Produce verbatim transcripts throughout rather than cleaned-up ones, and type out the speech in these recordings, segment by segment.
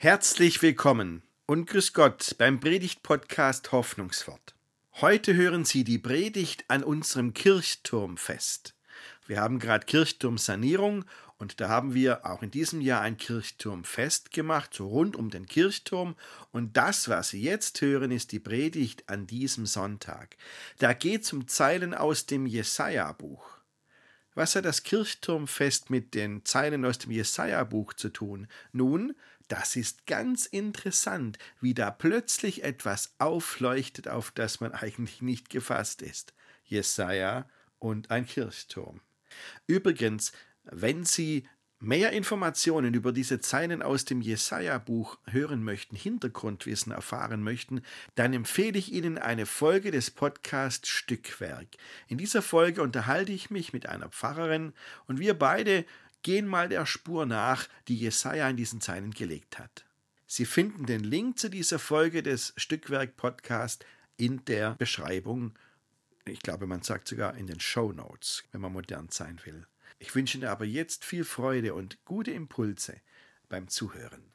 Herzlich willkommen und grüß Gott beim Predigt-Podcast Hoffnungswort. Heute hören Sie die Predigt an unserem Kirchturmfest. Wir haben gerade Kirchturmsanierung und da haben wir auch in diesem Jahr ein Kirchturmfest gemacht, so rund um den Kirchturm. Und das, was Sie jetzt hören, ist die Predigt an diesem Sonntag. Da geht es um Zeilen aus dem Jesaja-Buch. Was hat das Kirchturmfest mit den Zeilen aus dem Jesaja-Buch zu tun? Nun, das ist ganz interessant, wie da plötzlich etwas aufleuchtet, auf das man eigentlich nicht gefasst ist. Jesaja und ein Kirchturm. Übrigens, wenn Sie mehr Informationen über diese Zeilen aus dem Jesaja-Buch hören möchten, Hintergrundwissen erfahren möchten, dann empfehle ich Ihnen eine Folge des Podcasts Stückwerk. In dieser Folge unterhalte ich mich mit einer Pfarrerin und wir beide gehen mal der Spur nach, die Jesaja in diesen Zeilen gelegt hat. Sie finden den Link zu dieser Folge des Stückwerk-Podcasts in der Beschreibung. Ich glaube, man sagt sogar in den Shownotes, wenn man modern sein will. Ich wünsche Ihnen aber jetzt viel Freude und gute Impulse beim Zuhören.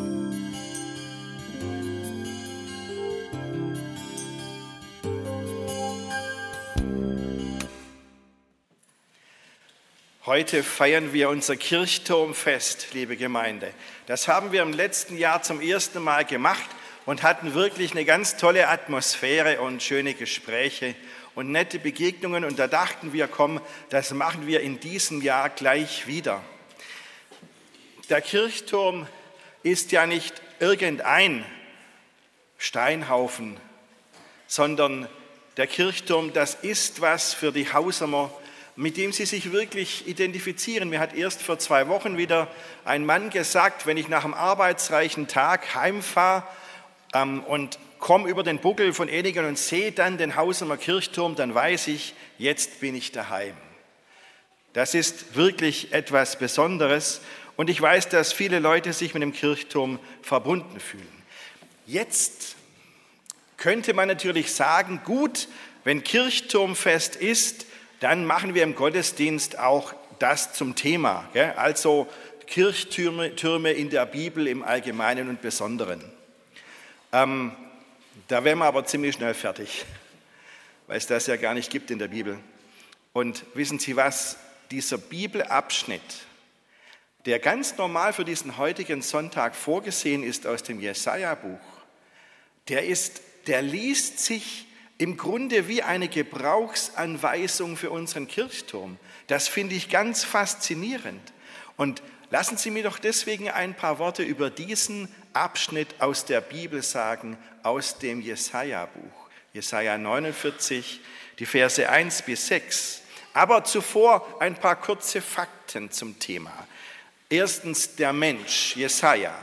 Heute feiern wir unser Kirchturmfest, liebe Gemeinde. Das haben wir im letzten Jahr zum ersten Mal gemacht und hatten wirklich eine ganz tolle Atmosphäre und schöne Gespräche und nette Begegnungen. Und da dachten wir, komm, das machen wir in diesem Jahr gleich wieder. Der Kirchturm ist ja nicht irgendein Steinhaufen, sondern der Kirchturm, das ist was für die Hausamer, mit dem sie sich wirklich identifizieren. Mir hat erst vor zwei Wochen wieder ein Mann gesagt, wenn ich nach einem arbeitsreichen Tag heimfahre ähm, und komme über den Buckel von Enigen und sehe dann den Hausamer Kirchturm, dann weiß ich, jetzt bin ich daheim. Das ist wirklich etwas Besonderes und ich weiß, dass viele Leute sich mit dem Kirchturm verbunden fühlen. Jetzt könnte man natürlich sagen, gut, wenn Kirchturmfest ist, dann machen wir im Gottesdienst auch das zum Thema, gell? Also Kirchtürme Türme in der Bibel im Allgemeinen und Besonderen. Ähm, da wären wir aber ziemlich schnell fertig, weil es das ja gar nicht gibt in der Bibel. Und wissen Sie was, dieser Bibelabschnitt, der ganz normal für diesen heutigen Sonntag vorgesehen ist aus dem Jesaja-Buch, der ist, der liest sich im Grunde wie eine Gebrauchsanweisung für unseren Kirchturm. Das finde ich ganz faszinierend. Und lassen Sie mir doch deswegen ein paar Worte über diesen Abschnitt aus der Bibel sagen, aus dem Jesaja-Buch. Jesaja neunundvierzig, die Verse eins bis sechs. Aber zuvor ein paar kurze Fakten zum Thema. Erstens der Mensch, Jesaja.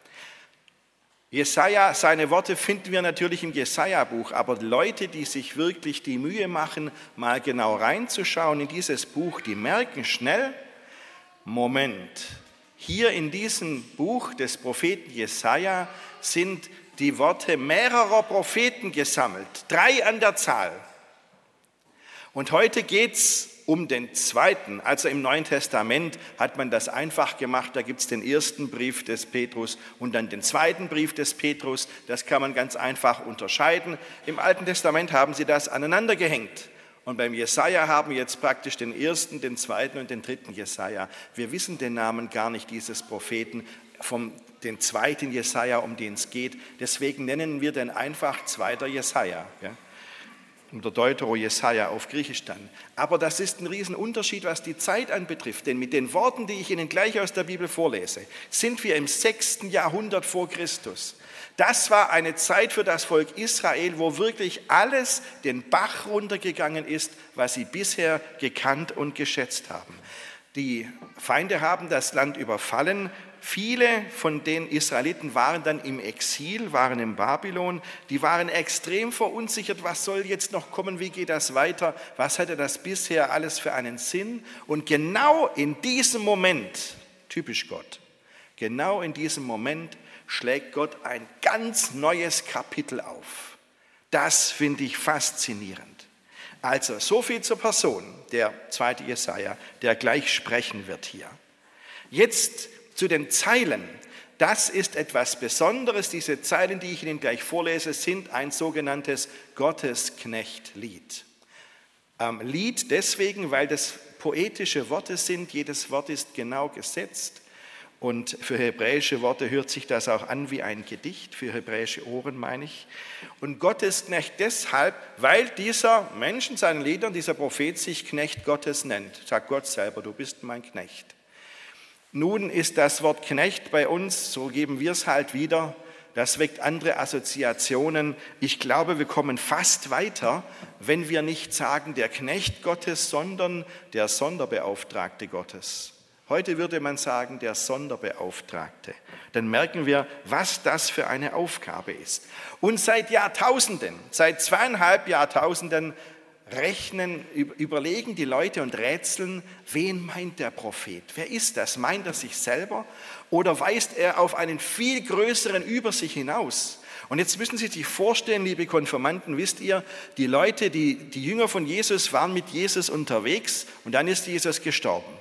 Jesaja, seine Worte finden wir natürlich im Jesaja-Buch, aber Leute, die sich wirklich die Mühe machen, mal genau reinzuschauen in dieses Buch, die merken schnell, Moment, hier in diesem Buch des Propheten Jesaja sind die Worte mehrerer Propheten gesammelt, drei an der Zahl. Und heute geht es um den zweiten, also im Neuen Testament hat man das einfach gemacht, da gibt es den ersten Brief des Petrus und dann den zweiten Brief des Petrus, das kann man ganz einfach unterscheiden. Im Alten Testament haben sie das aneinander gehängt und beim Jesaja haben wir jetzt praktisch den ersten, den zweiten und den dritten Jesaja. Wir wissen den Namen gar nicht dieses Propheten, vom den zweiten Jesaja, um den es geht, deswegen nennen wir den einfach zweiter Jesaja, ja? Oder Deutero-Jesaja auf Griechisch dann. Aber das ist ein Riesenunterschied, was die Zeit anbetrifft. Denn mit den Worten, die ich Ihnen gleich aus der Bibel vorlese, sind wir im sechsten Jahrhundert vor Christus. Das war eine Zeit für das Volk Israel, wo wirklich alles den Bach runtergegangen ist, was sie bisher gekannt und geschätzt haben. Die Feinde haben das Land überfallen. Viele von den Israeliten waren dann im Exil, waren in Babylon. Die waren extrem verunsichert, was soll jetzt noch kommen, wie geht das weiter, was hatte das bisher alles für einen Sinn. Und genau in diesem Moment, typisch Gott, genau in diesem Moment schlägt Gott ein ganz neues Kapitel auf. Das finde ich faszinierend. Also so viel zur Person, der zweite Jesaja, der gleich sprechen wird hier. Jetzt zu den Zeilen. Das ist etwas Besonderes. Diese Zeilen, die ich Ihnen gleich vorlese, sind ein sogenanntes Gottesknecht-Lied. Ähm, Lied deswegen, weil das poetische Worte sind. Jedes Wort ist genau gesetzt. Und für hebräische Worte hört sich das auch an wie ein Gedicht, für hebräische Ohren meine ich. Und Gottesknecht deshalb, weil dieser Mensch in seinen Liedern, dieser Prophet sich Knecht Gottes nennt. Sagt Gott selber, du bist mein Knecht. Nun ist das Wort Knecht bei uns, so geben wir es halt wieder, das weckt andere Assoziationen. Ich glaube, wir kommen fast weiter, wenn wir nicht sagen der Knecht Gottes, sondern der Sonderbeauftragte Gottes. Heute würde man sagen, der Sonderbeauftragte. Dann merken wir, was das für eine Aufgabe ist. Und seit Jahrtausenden, seit zweieinhalb Jahrtausenden rechnen, überlegen die Leute und rätseln, wen meint der Prophet? Wer ist das? Meint er sich selber oder weist er auf einen viel größeren über sich hinaus? Und jetzt müssen Sie sich vorstellen, liebe Konfirmanden, wisst ihr, die Leute, die, die Jünger von Jesus waren mit Jesus unterwegs und dann ist Jesus gestorben.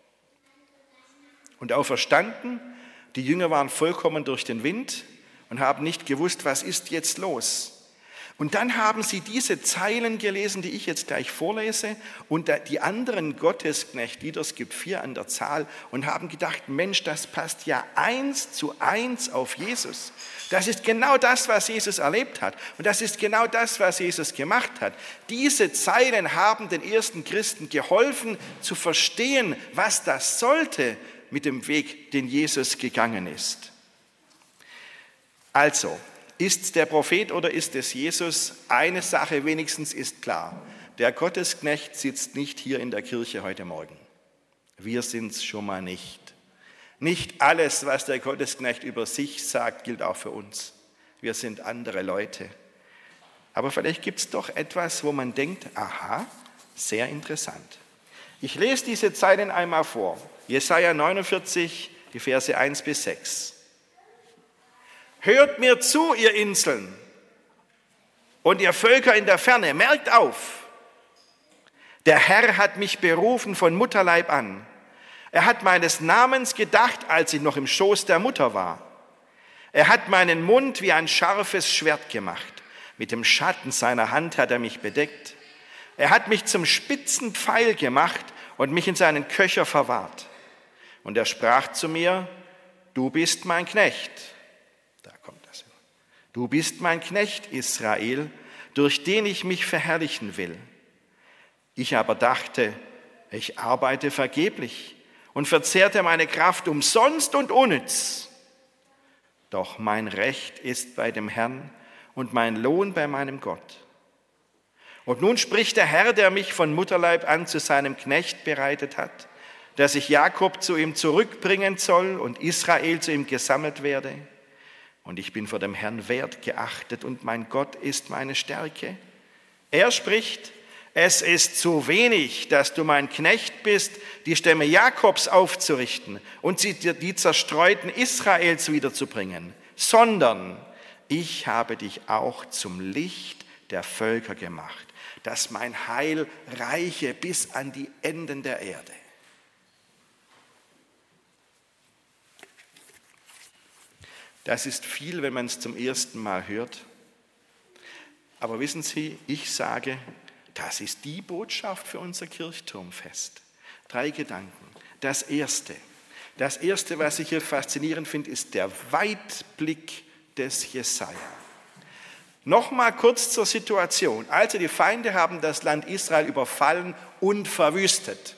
Und auferstanden, die Jünger waren vollkommen durch den Wind und haben nicht gewusst, was ist jetzt los. Und dann haben sie diese Zeilen gelesen, die ich jetzt gleich vorlese, und die anderen Gottesknecht-Lieder, es gibt vier an der Zahl, und haben gedacht, Mensch, das passt ja eins zu eins auf Jesus. Das ist genau das, was Jesus erlebt hat. Und das ist genau das, was Jesus gemacht hat. Diese Zeilen haben den ersten Christen geholfen, zu verstehen, was das sollte, mit dem Weg, den Jesus gegangen ist. Also, ist es der Prophet oder ist es Jesus? Eine Sache wenigstens ist klar. Der Gottesknecht sitzt nicht hier in der Kirche heute Morgen. Wir sind es schon mal nicht. Nicht alles, was der Gottesknecht über sich sagt, gilt auch für uns. Wir sind andere Leute. Aber vielleicht gibt es doch etwas, wo man denkt, aha, sehr interessant. Ich lese diese Zeilen einmal vor. Jesaja neunundvierzig, die Verse eins bis sechs. Hört mir zu, ihr Inseln und ihr Völker in der Ferne, merkt auf. Der Herr hat mich berufen von Mutterleib an. Er hat meines Namens gedacht, als ich noch im Schoß der Mutter war. Er hat meinen Mund wie ein scharfes Schwert gemacht. Mit dem Schatten seiner Hand hat er mich bedeckt. Er hat mich zum spitzen Pfeil gemacht und mich in seinen Köcher verwahrt. Und er sprach zu mir, du bist mein Knecht. Da kommt das. Du bist mein Knecht, Israel, durch den ich mich verherrlichen will. Ich aber dachte, ich arbeite vergeblich und verzehrte meine Kraft umsonst und unnütz. Doch mein Recht ist bei dem Herrn und mein Lohn bei meinem Gott. Und nun spricht der Herr, der mich von Mutterleib an zu seinem Knecht bereitet hat, dass ich Jakob zu ihm zurückbringen soll und Israel zu ihm gesammelt werde. Und ich bin vor dem Herrn wert geachtet und mein Gott ist meine Stärke. Er spricht, es ist zu wenig, dass du mein Knecht bist, die Stämme Jakobs aufzurichten und die zerstreuten Israels wiederzubringen, sondern ich habe dich auch zum Licht der Völker gemacht, dass mein Heil reiche bis an die Enden der Erde. Das ist viel, wenn man es zum ersten Mal hört. Aber wissen Sie, ich sage, das ist die Botschaft für unser Kirchturmfest. Drei Gedanken. Das Erste, das Erste, was ich hier faszinierend finde, ist der Weitblick des Jesaja. Nochmal kurz zur Situation. Also die Feinde haben das Land Israel überfallen und verwüstet.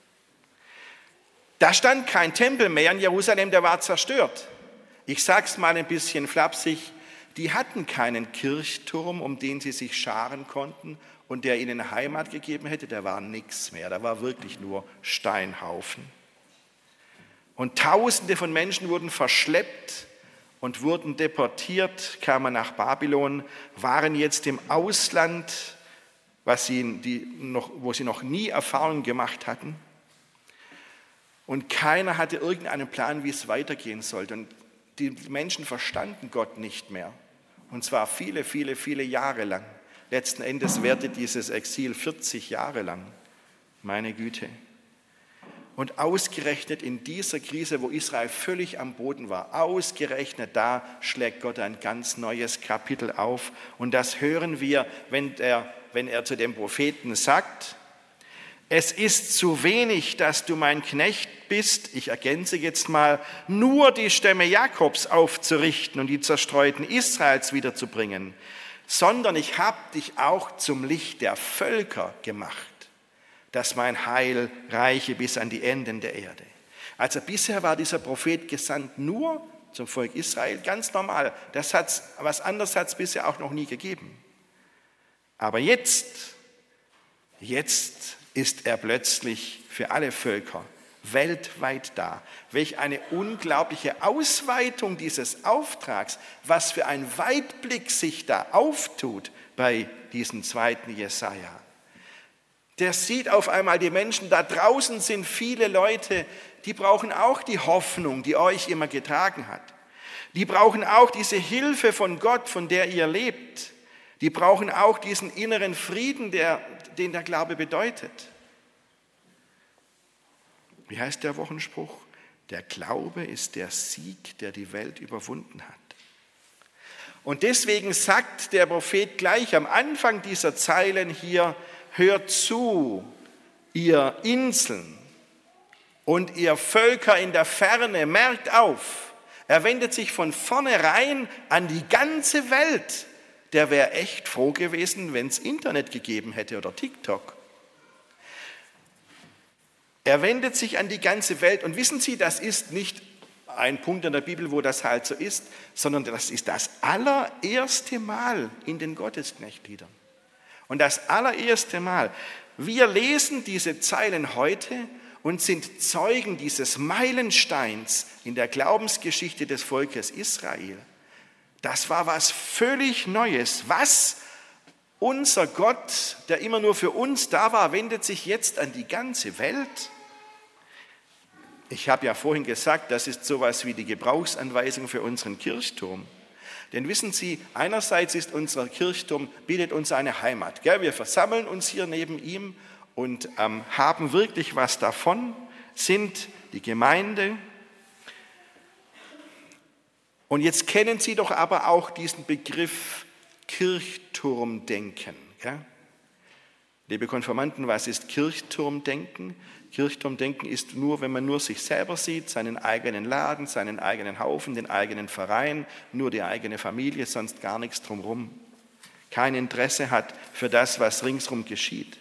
Da stand kein Tempel mehr in Jerusalem, der war zerstört. Ich sage es mal ein bisschen flapsig, die hatten keinen Kirchturm, um den sie sich scharen konnten und der ihnen Heimat gegeben hätte, da war nichts mehr, da war wirklich nur Steinhaufen. Und Tausende von Menschen wurden verschleppt und wurden deportiert, kamen nach Babylon, waren jetzt im Ausland, was sie, die noch, wo sie noch nie Erfahrungen gemacht hatten. Und keiner hatte irgendeinen Plan, wie es weitergehen sollte. Und die Menschen verstanden Gott nicht mehr. Und zwar viele, viele, viele Jahre lang. Letzten Endes währte dieses Exil vierzig Jahre lang. Meine Güte. Und ausgerechnet in dieser Krise, wo Israel völlig am Boden war, ausgerechnet da schlägt Gott ein ganz neues Kapitel auf. Und das hören wir, wenn er, wenn er zu dem Propheten sagt, es ist zu wenig, dass du mein Knecht bist, ich ergänze jetzt mal, nur die Stämme Jakobs aufzurichten und die Zerstreuten Israels wiederzubringen, sondern ich habe dich auch zum Licht der Völker gemacht, dass mein Heil reiche bis an die Enden der Erde. Also bisher war dieser Prophet gesandt nur zum Volk Israel, ganz normal. Das hat's, was anderes hat es bisher auch noch nie gegeben. Aber jetzt, jetzt ist er plötzlich für alle Völker weltweit da. Welch eine unglaubliche Ausweitung dieses Auftrags, was für ein Weitblick sich da auftut bei diesem zweiten Jesaja. Der sieht auf einmal, die Menschen da draußen sind viele Leute, die brauchen auch die Hoffnung, die euch immer getragen hat. Die brauchen auch diese Hilfe von Gott, von der ihr lebt. Die brauchen auch diesen inneren Frieden, der, den der Glaube bedeutet. Wie heißt der Wochenspruch? Der Glaube ist der Sieg, der die Welt überwunden hat. Und deswegen sagt der Prophet gleich am Anfang dieser Zeilen hier, hört zu, ihr Inseln und ihr Völker in der Ferne, merkt auf. Er wendet sich von vornherein an die ganze Welt. Der wäre echt froh gewesen, wenn es Internet gegeben hätte oder TikTok. Er wendet sich an die ganze Welt und wissen Sie, das ist nicht ein Punkt in der Bibel, wo das halt so ist, sondern das ist das allererste Mal in den Gottesknechtliedern. Und das allererste Mal, wir lesen diese Zeilen heute und sind Zeugen dieses Meilensteins in der Glaubensgeschichte des Volkes Israel. Das war was völlig Neues. Was unser Gott, der immer nur für uns da war, wendet sich jetzt an die ganze Welt. Ich habe ja vorhin gesagt, das ist sowas wie die Gebrauchsanweisung für unseren Kirchturm. Denn wissen Sie, einerseits ist unser Kirchturm, bietet uns eine Heimat. Gell? Wir versammeln uns hier neben ihm und ähm, haben wirklich was davon, sind die Gemeinde. Und jetzt kennen Sie doch aber auch diesen Begriff Kirchturmdenken. Gell? Liebe Konfirmanden, was ist Kirchturmdenken? Kirchturmdenken ist nur, wenn man nur sich selber sieht, seinen eigenen Laden, seinen eigenen Haufen, den eigenen Verein, nur die eigene Familie, sonst gar nichts drumherum. Kein Interesse hat für das, was ringsherum geschieht.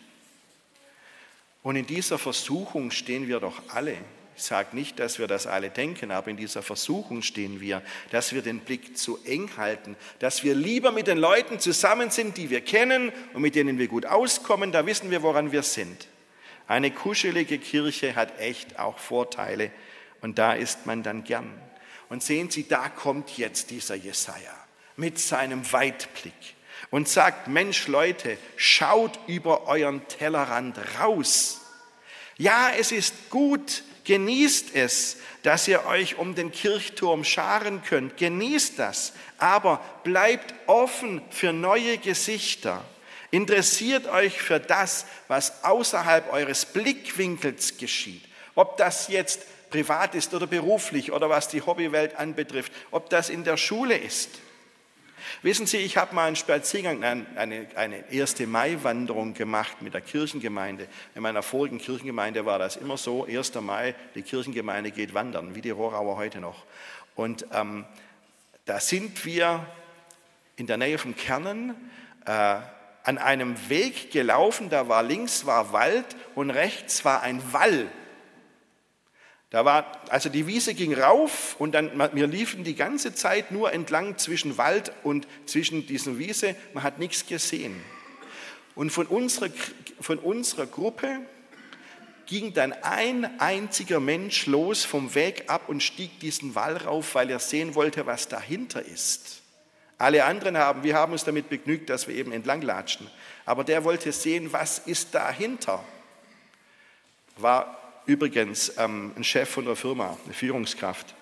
Und in dieser Versuchung stehen wir doch alle. Ich sage nicht, dass wir das alle denken, aber in dieser Versuchung stehen wir, dass wir den Blick zu eng halten, dass wir lieber mit den Leuten zusammen sind, die wir kennen und mit denen wir gut auskommen, da wissen wir, woran wir sind. Eine kuschelige Kirche hat echt auch Vorteile und da ist man dann gern. Und sehen Sie, da kommt jetzt dieser Jesaja mit seinem Weitblick und sagt, Mensch Leute, schaut über euren Tellerrand raus. Ja, es ist gut, genießt es, dass ihr euch um den Kirchturm scharen könnt, genießt das, aber bleibt offen für neue Gesichter. Interessiert euch für das, was außerhalb eures Blickwinkels geschieht. Ob das jetzt privat ist oder beruflich oder was die Hobbywelt anbetrifft, ob das in der Schule ist. Wissen Sie, ich habe mal einen Spaziergang, eine, eine erste Mai-Wanderung gemacht mit der Kirchengemeinde. In meiner vorigen Kirchengemeinde war das immer so, erster Mai, die Kirchengemeinde geht wandern, wie die Rohrauer heute noch. Und ähm, da sind wir in der Nähe von Kernen, äh, an einem Weg gelaufen, da war links war Wald und rechts war ein Wall. Da war, also die Wiese ging rauf und dann, wir liefen die ganze Zeit nur entlang zwischen Wald und zwischen dieser Wiese, man hat nichts gesehen. Und von unserer, von unserer Gruppe ging dann ein einziger Mensch los vom Weg ab und stieg diesen Wall rauf, weil er sehen wollte, was dahinter ist. Alle anderen haben, wir haben uns damit begnügt, dass wir eben entlang latschen. Aber der wollte sehen, was ist dahinter. War übrigens ähm, ein Chef von der Firma, eine Führungskraft.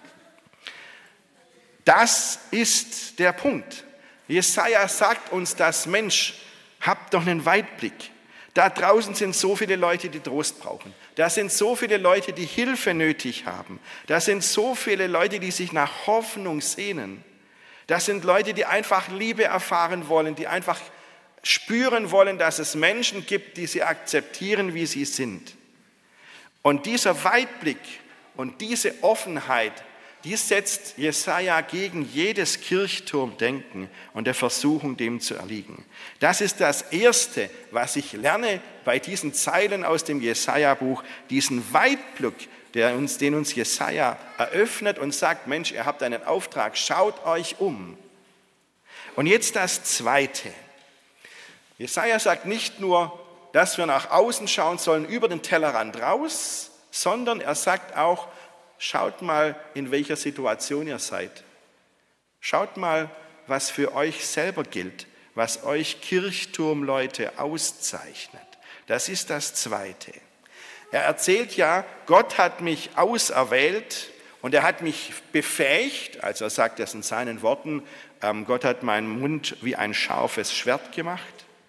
Das ist der Punkt. Jesaja sagt uns das, Mensch, habt doch einen Weitblick. Da draußen sind so viele Leute, die Trost brauchen. Da sind so viele Leute, die Hilfe nötig haben. Da sind so viele Leute, die sich nach Hoffnung sehnen. Das sind Leute, die einfach Liebe erfahren wollen, die einfach spüren wollen, dass es Menschen gibt, die sie akzeptieren, wie sie sind. Und dieser Weitblick und diese Offenheit, die setzt Jesaja gegen jedes Kirchturmdenken und der Versuchung, dem zu erliegen. Das ist das Erste, was ich lerne bei diesen Zeilen aus dem Jesaja-Buch, diesen Weitblick, der uns, den uns Jesaja eröffnet und sagt, Mensch, ihr habt einen Auftrag, schaut euch um. Und jetzt das Zweite. Jesaja sagt nicht nur, dass wir nach außen schauen sollen, über den Tellerrand raus, sondern er sagt auch, schaut mal, in welcher Situation ihr seid. Schaut mal, was für euch selber gilt, was euch Kirchturmleute auszeichnet. Das ist das Zweite. Er erzählt ja, Gott hat mich auserwählt und er hat mich befähigt, also er sagt das in seinen Worten, Gott hat meinen Mund wie ein scharfes Schwert gemacht.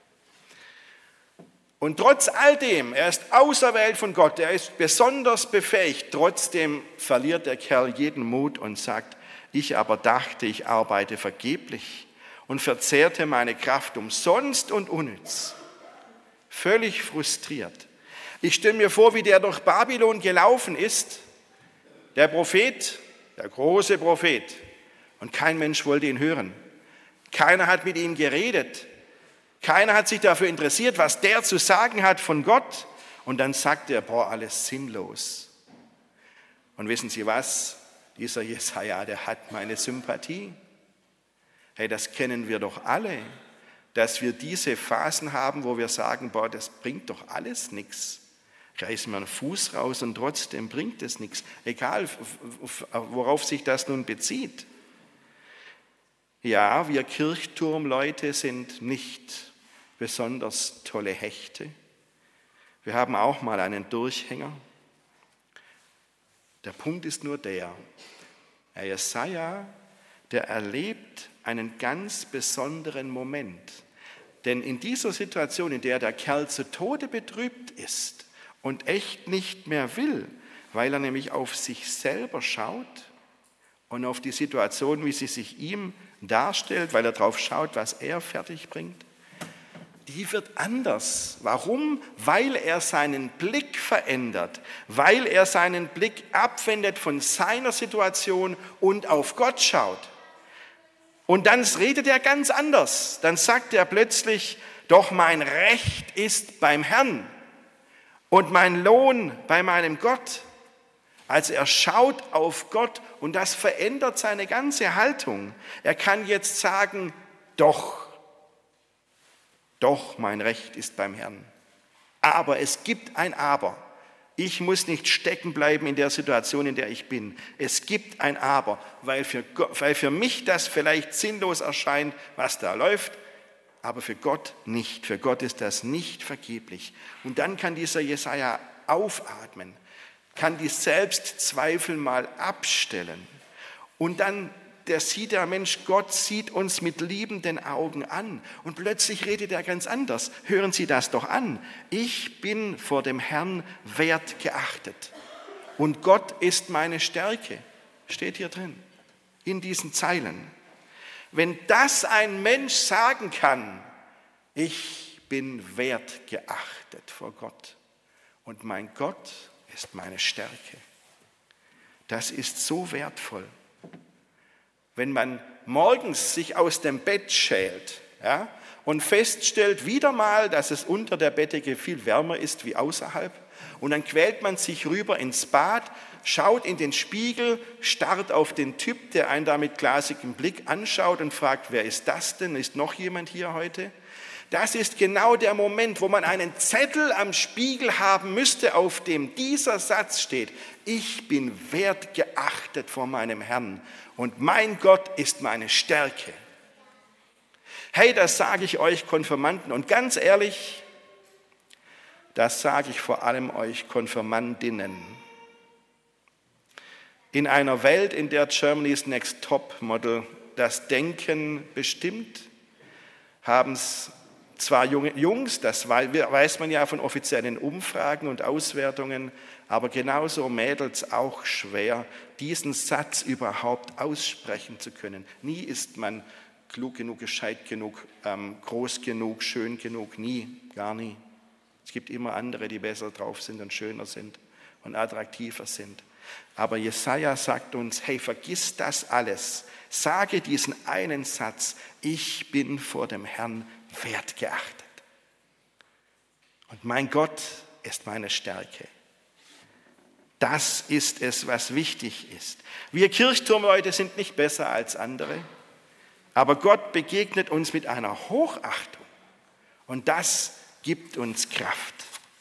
Und trotz all dem, er ist auserwählt von Gott, er ist besonders befähigt, trotzdem verliert der Kerl jeden Mut und sagt, ich aber dachte, ich arbeite vergeblich und verzehrte meine Kraft umsonst und unnütz. Völlig frustriert. Ich stelle mir vor, wie der durch Babylon gelaufen ist, der Prophet, der große Prophet, und kein Mensch wollte ihn hören. Keiner hat mit ihm geredet. Keiner hat sich dafür interessiert, was der zu sagen hat von Gott. Und dann sagt er, boah, alles sinnlos. Und wissen Sie was? Dieser Jesaja, der hat meine Sympathie. Hey, das kennen wir doch alle, dass wir diese Phasen haben, wo wir sagen, boah, das bringt doch alles nichts. Reißen wir einen Fuß raus und trotzdem bringt es nichts. Egal, worauf sich das nun bezieht. Ja, wir Kirchturmleute sind nicht besonders tolle Hechte. Wir haben auch mal einen Durchhänger. Der Punkt ist nur der, Jesaja, der erlebt einen ganz besonderen Moment. Denn in dieser Situation, in der der Kerl zu Tode betrübt ist und echt nicht mehr will, weil er nämlich auf sich selber schaut und auf die Situation, wie sie sich ihm darstellt, weil er darauf schaut, was er fertig bringt, die wird anders. Warum? Weil er seinen Blick verändert, weil er seinen Blick abwendet von seiner Situation und auf Gott schaut. Und dann redet er ganz anders. Dann sagt er plötzlich, doch mein Recht ist beim Herrn und mein Lohn bei meinem Gott. Also er schaut auf Gott und das verändert seine ganze Haltung. Er kann jetzt sagen, doch, doch mein Recht ist beim Herrn. Aber es gibt ein Aber. Ich muss nicht stecken bleiben in der Situation, in der ich bin. Es gibt ein Aber, weil für, Gott, weil für mich das vielleicht sinnlos erscheint, was da läuft, aber für Gott nicht. Für Gott ist das nicht vergeblich. Und dann kann dieser Jesaja aufatmen, kann die Selbstzweifel mal abstellen. Und dann der sieht der Mensch, Gott sieht uns mit liebenden Augen an. Und plötzlich redet er ganz anders. Hören Sie das doch an. Ich bin vor dem Herrn wert geachtet. Und Gott ist meine Stärke. Steht hier drin, in diesen Zeilen. Wenn das ein Mensch sagen kann, ich bin wert geachtet vor Gott. Und mein Gott ist meine Stärke. Das ist so wertvoll. Wenn man morgens sich aus dem Bett schält, ja, und feststellt wieder mal, dass es unter der Bettdecke viel wärmer ist wie außerhalb, und dann quält man sich rüber ins Bad, schaut in den Spiegel, starrt auf den Typ, der einen da mit glasigem Blick anschaut und fragt, wer ist das denn? Ist noch jemand hier heute? Das ist genau der Moment, wo man einen Zettel am Spiegel haben müsste, auf dem dieser Satz steht, ich bin wert geachtet vor meinem Herrn und mein Gott ist meine Stärke. Hey, das sage ich euch Konfirmanden und ganz ehrlich, das sage ich vor allem euch Konfirmandinnen. In einer Welt, in der Germany's Next Top Model das Denken bestimmt, haben es zwar junge Jungs, das weiß man ja von offiziellen Umfragen und Auswertungen, aber genauso Mädels auch schwer, diesen Satz überhaupt aussprechen zu können. Nie ist man klug genug, gescheit genug, ähm, groß genug, schön genug, nie, gar nie. Es gibt immer andere, die besser drauf sind und schöner sind und attraktiver sind. Aber Jesaja sagt uns, hey, vergiss das alles. Sage diesen einen Satz, ich bin vor dem Herrn wertgeachtet. Und mein Gott ist meine Stärke. Das ist es, was wichtig ist. Wir Kirchturmleute sind nicht besser als andere, aber Gott begegnet uns mit einer Hochachtung und das gibt uns Kraft.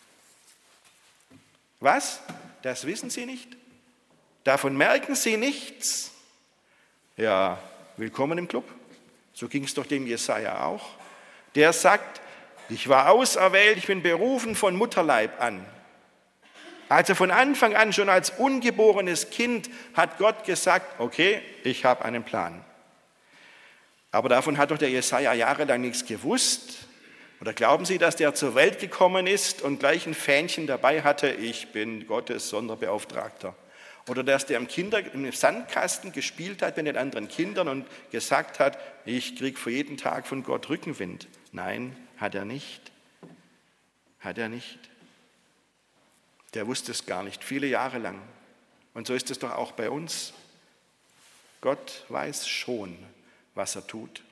Was? Das wissen Sie nicht? Davon merken Sie nichts? Ja, willkommen im Club. So ging es doch dem Jesaja auch. Der sagt, ich war auserwählt, ich bin berufen von Mutterleib an. Also von Anfang an, schon als ungeborenes Kind, hat Gott gesagt, okay, ich habe einen Plan. Aber davon hat doch der Jesaja jahrelang nichts gewusst. Oder glauben Sie, dass der zur Welt gekommen ist und gleich ein Fähnchen dabei hatte, ich bin Gottes Sonderbeauftragter? Oder dass der im, Kinder, im Sandkasten gespielt hat mit den anderen Kindern und gesagt hat, ich kriege für jeden Tag von Gott Rückenwind? Nein, hat er nicht. Hat er nicht. Der wusste es gar nicht, viele Jahre lang. Und so ist es doch auch bei uns. Gott weiß schon, was er tut.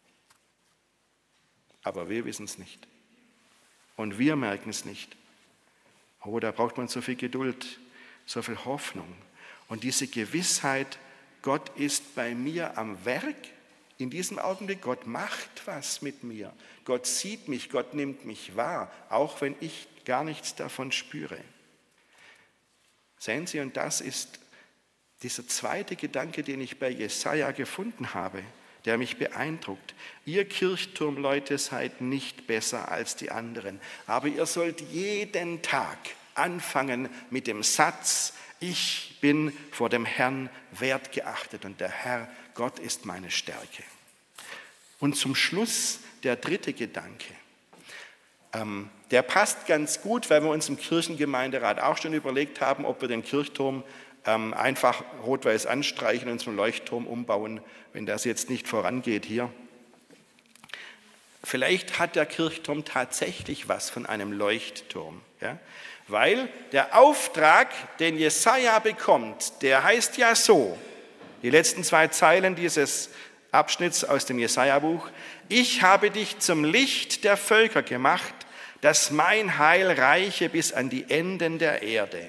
Aber wir wissen es nicht. Und wir merken es nicht. Oh, da braucht man so viel Geduld, so viel Hoffnung. Und diese Gewissheit, Gott ist bei mir am Werk in diesem Augenblick. Gott macht was mit mir. Gott sieht mich, Gott nimmt mich wahr, auch wenn ich gar nichts davon spüre. Sehen Sie, und das ist dieser zweite Gedanke, den ich bei Jesaja gefunden habe, der mich beeindruckt. Ihr Kirchturmleute seid nicht besser als die anderen, aber ihr sollt jeden Tag anfangen mit dem Satz, ich bin vor dem Herrn wertgeachtet und der Herr, Gott ist meine Stärke. Und zum Schluss der dritte Gedanke. Ähm, der passt ganz gut, weil wir uns im Kirchengemeinderat auch schon überlegt haben, ob wir den Kirchturm ähm, einfach rot-weiß anstreichen und zum Leuchtturm umbauen, wenn das jetzt nicht vorangeht hier. Vielleicht hat der Kirchturm tatsächlich was von einem Leuchtturm, ja? Weil der Auftrag, den Jesaja bekommt, der heißt ja so, die letzten zwei Zeilen dieses Abschnitts aus dem Jesaja-Buch, ich habe dich zum Licht der Völker gemacht, dass mein Heil reiche bis an die Enden der Erde.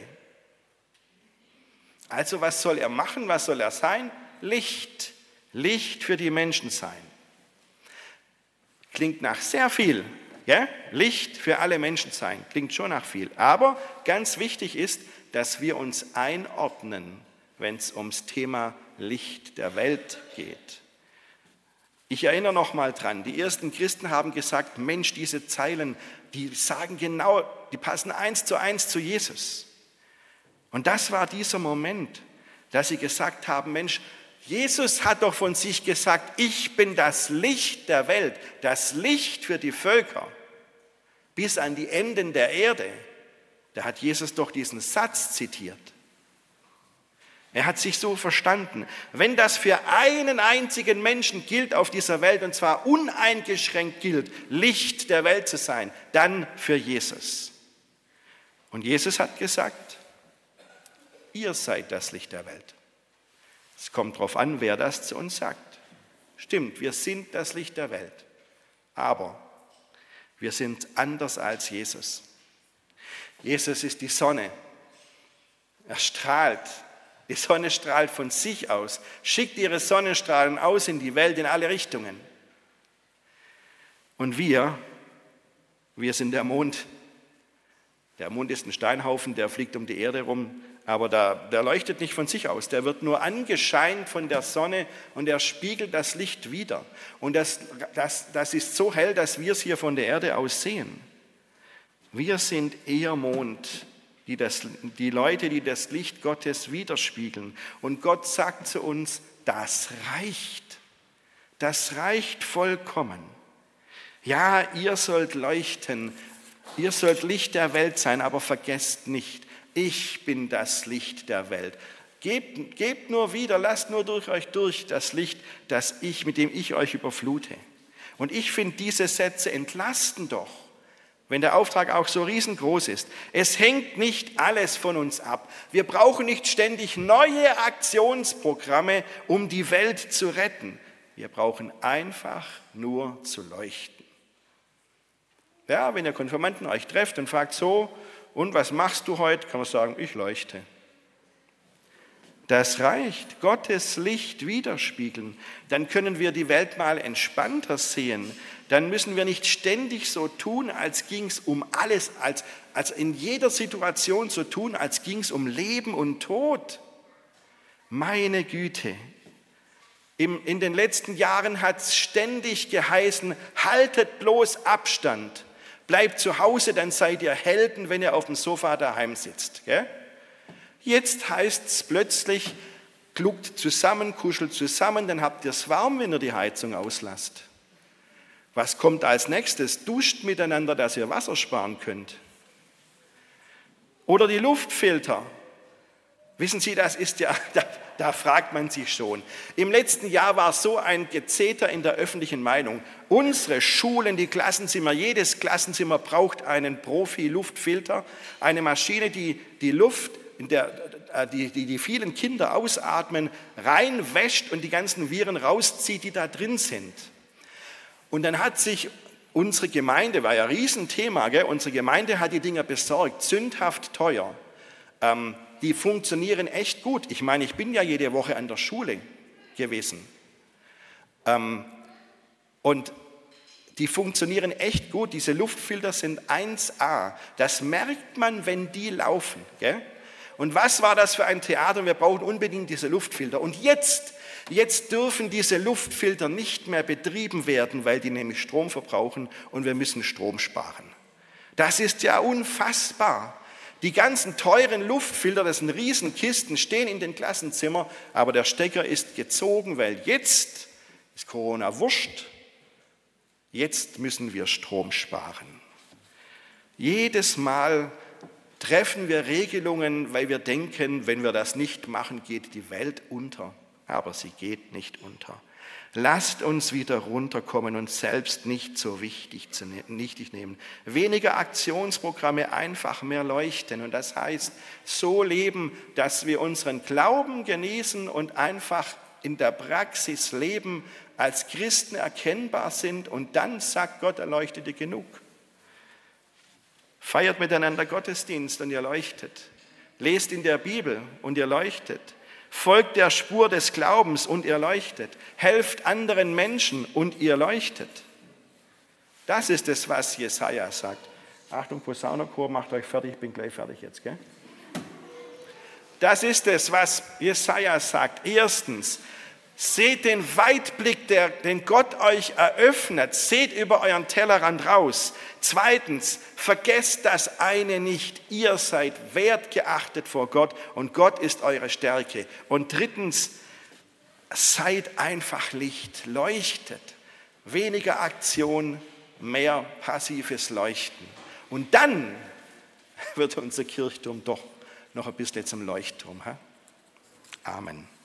Also was soll er machen, was soll er sein? Licht, Licht für die Menschen sein. Klingt nach sehr viel, ja? Licht für alle Menschen sein, klingt schon nach viel. Aber ganz wichtig ist, dass wir uns einordnen, wenn es ums Thema Licht der Welt geht. Ich erinnere noch mal dran, die ersten Christen haben gesagt, Mensch, diese Zeilen, die sagen genau, die passen eins zu eins zu Jesus. Und das war dieser Moment, dass sie gesagt haben, Mensch, Jesus hat doch von sich gesagt, ich bin das Licht der Welt, das Licht für die Völker bis an die Enden der Erde. Da hat Jesus doch diesen Satz zitiert. Er hat sich so verstanden, wenn das für einen einzigen Menschen gilt auf dieser Welt, und zwar uneingeschränkt gilt, Licht der Welt zu sein, dann für Jesus. Und Jesus hat gesagt, ihr seid das Licht der Welt. Es kommt darauf an, wer das zu uns sagt. Stimmt, wir sind das Licht der Welt, aber wir sind anders als Jesus. Jesus ist die Sonne. Er strahlt. Die Sonne strahlt von sich aus, schickt ihre Sonnenstrahlen aus in die Welt in alle Richtungen. Und wir, wir sind der Mond. Der Mond ist ein Steinhaufen, der fliegt um die Erde rum, aber der, der leuchtet nicht von sich aus. Der wird nur angescheint von der Sonne und er spiegelt das Licht wider. Und das, das, das ist so hell, dass wir es hier von der Erde aus sehen. Wir sind eher Mond. Die, das, die Leute, die das Licht Gottes widerspiegeln. Und Gott sagt zu uns, das reicht. Das reicht vollkommen. Ja, ihr sollt leuchten, ihr sollt Licht der Welt sein, aber vergesst nicht, ich bin das Licht der Welt. Gebt, gebt nur wieder, lasst nur durch euch durch das Licht, das ich, mit dem ich euch überflute. Und ich finde, diese Sätze entlasten doch, wenn der Auftrag auch so riesengroß ist. Es hängt nicht alles von uns ab. Wir brauchen nicht ständig neue Aktionsprogramme, um die Welt zu retten. Wir brauchen einfach nur zu leuchten. Ja, wenn ihr Konfirmanden euch trefft und fragt so, und was machst du heute, kann man sagen, ich leuchte. Das reicht, Gottes Licht widerspiegeln. Dann können wir die Welt mal entspannter sehen. Dann müssen wir nicht ständig so tun, als ging es um alles, als, als in jeder Situation so tun, als ging es um Leben und Tod. Meine Güte. Im, in den letzten Jahren hat es ständig geheißen, haltet bloß Abstand. Bleibt zu Hause, dann seid ihr Helden, wenn ihr auf dem Sofa daheim sitzt. Gell? Jetzt heißt es plötzlich, kluckt zusammen, kuschelt zusammen, dann habt ihr es warm, wenn ihr die Heizung auslasst. Was kommt als nächstes? Duscht miteinander, dass ihr Wasser sparen könnt. Oder die Luftfilter. Wissen Sie, das ist ja, da, da fragt man sich schon. Im letzten Jahr war so ein Gezeter in der öffentlichen Meinung. Unsere Schulen, die Klassenzimmer, jedes Klassenzimmer braucht einen Profi-Luftfilter, eine Maschine, die die Luft, in der, die, die die vielen Kinder ausatmen, reinwäscht und die ganzen Viren rauszieht, die da drin sind. Und dann hat sich unsere Gemeinde, war ja ein Riesenthema, gell? Unsere Gemeinde hat die Dinger besorgt, sündhaft teuer. Ähm, die funktionieren echt gut. Ich meine, ich bin ja jede Woche an der Schule gewesen. Ähm, und die funktionieren echt gut. Diese Luftfilter sind eins A. Das merkt man, wenn die laufen. Gell? Und was war das für ein Theater? Wir brauchen unbedingt diese Luftfilter. Und jetzt, jetzt dürfen diese Luftfilter nicht mehr betrieben werden, weil die nämlich Strom verbrauchen und wir müssen Strom sparen. Das ist ja unfassbar. Die ganzen teuren Luftfilter, das sind Riesenkisten, stehen in den Klassenzimmern, aber der Stecker ist gezogen, weil jetzt ist Corona wurscht. Jetzt müssen wir Strom sparen. Jedes Mal treffen wir Regelungen, weil wir denken, wenn wir das nicht machen, geht die Welt unter. Aber sie geht nicht unter. Lasst uns wieder runterkommen und selbst nicht so wichtig, zu ne- wichtig nehmen. Weniger Aktionsprogramme, einfach mehr leuchten. Und das heißt, so leben, dass wir unseren Glauben genießen und einfach in der Praxis leben, als Christen erkennbar sind. Und dann sagt Gott, erleuchtete genug. Feiert miteinander Gottesdienst und ihr leuchtet. Lest in der Bibel und ihr leuchtet. Folgt der Spur des Glaubens und ihr leuchtet. Helft anderen Menschen und ihr leuchtet. Das ist es, was Jesaja sagt. Achtung, Posaunenchor, macht euch fertig, ich bin gleich fertig jetzt. Gell? Das ist es, was Jesaja sagt. Erstens, seht den Weitblick, der, den Gott euch eröffnet. Seht über euren Tellerrand raus. Zweitens, vergesst das eine nicht. Ihr seid wertgeachtet vor Gott und Gott ist eure Stärke. Und drittens, seid einfach Licht. Leuchtet. Weniger Aktion, mehr passives Leuchten. Und dann wird unser Kirchturm doch noch ein bisschen zum Leuchtturm. Amen.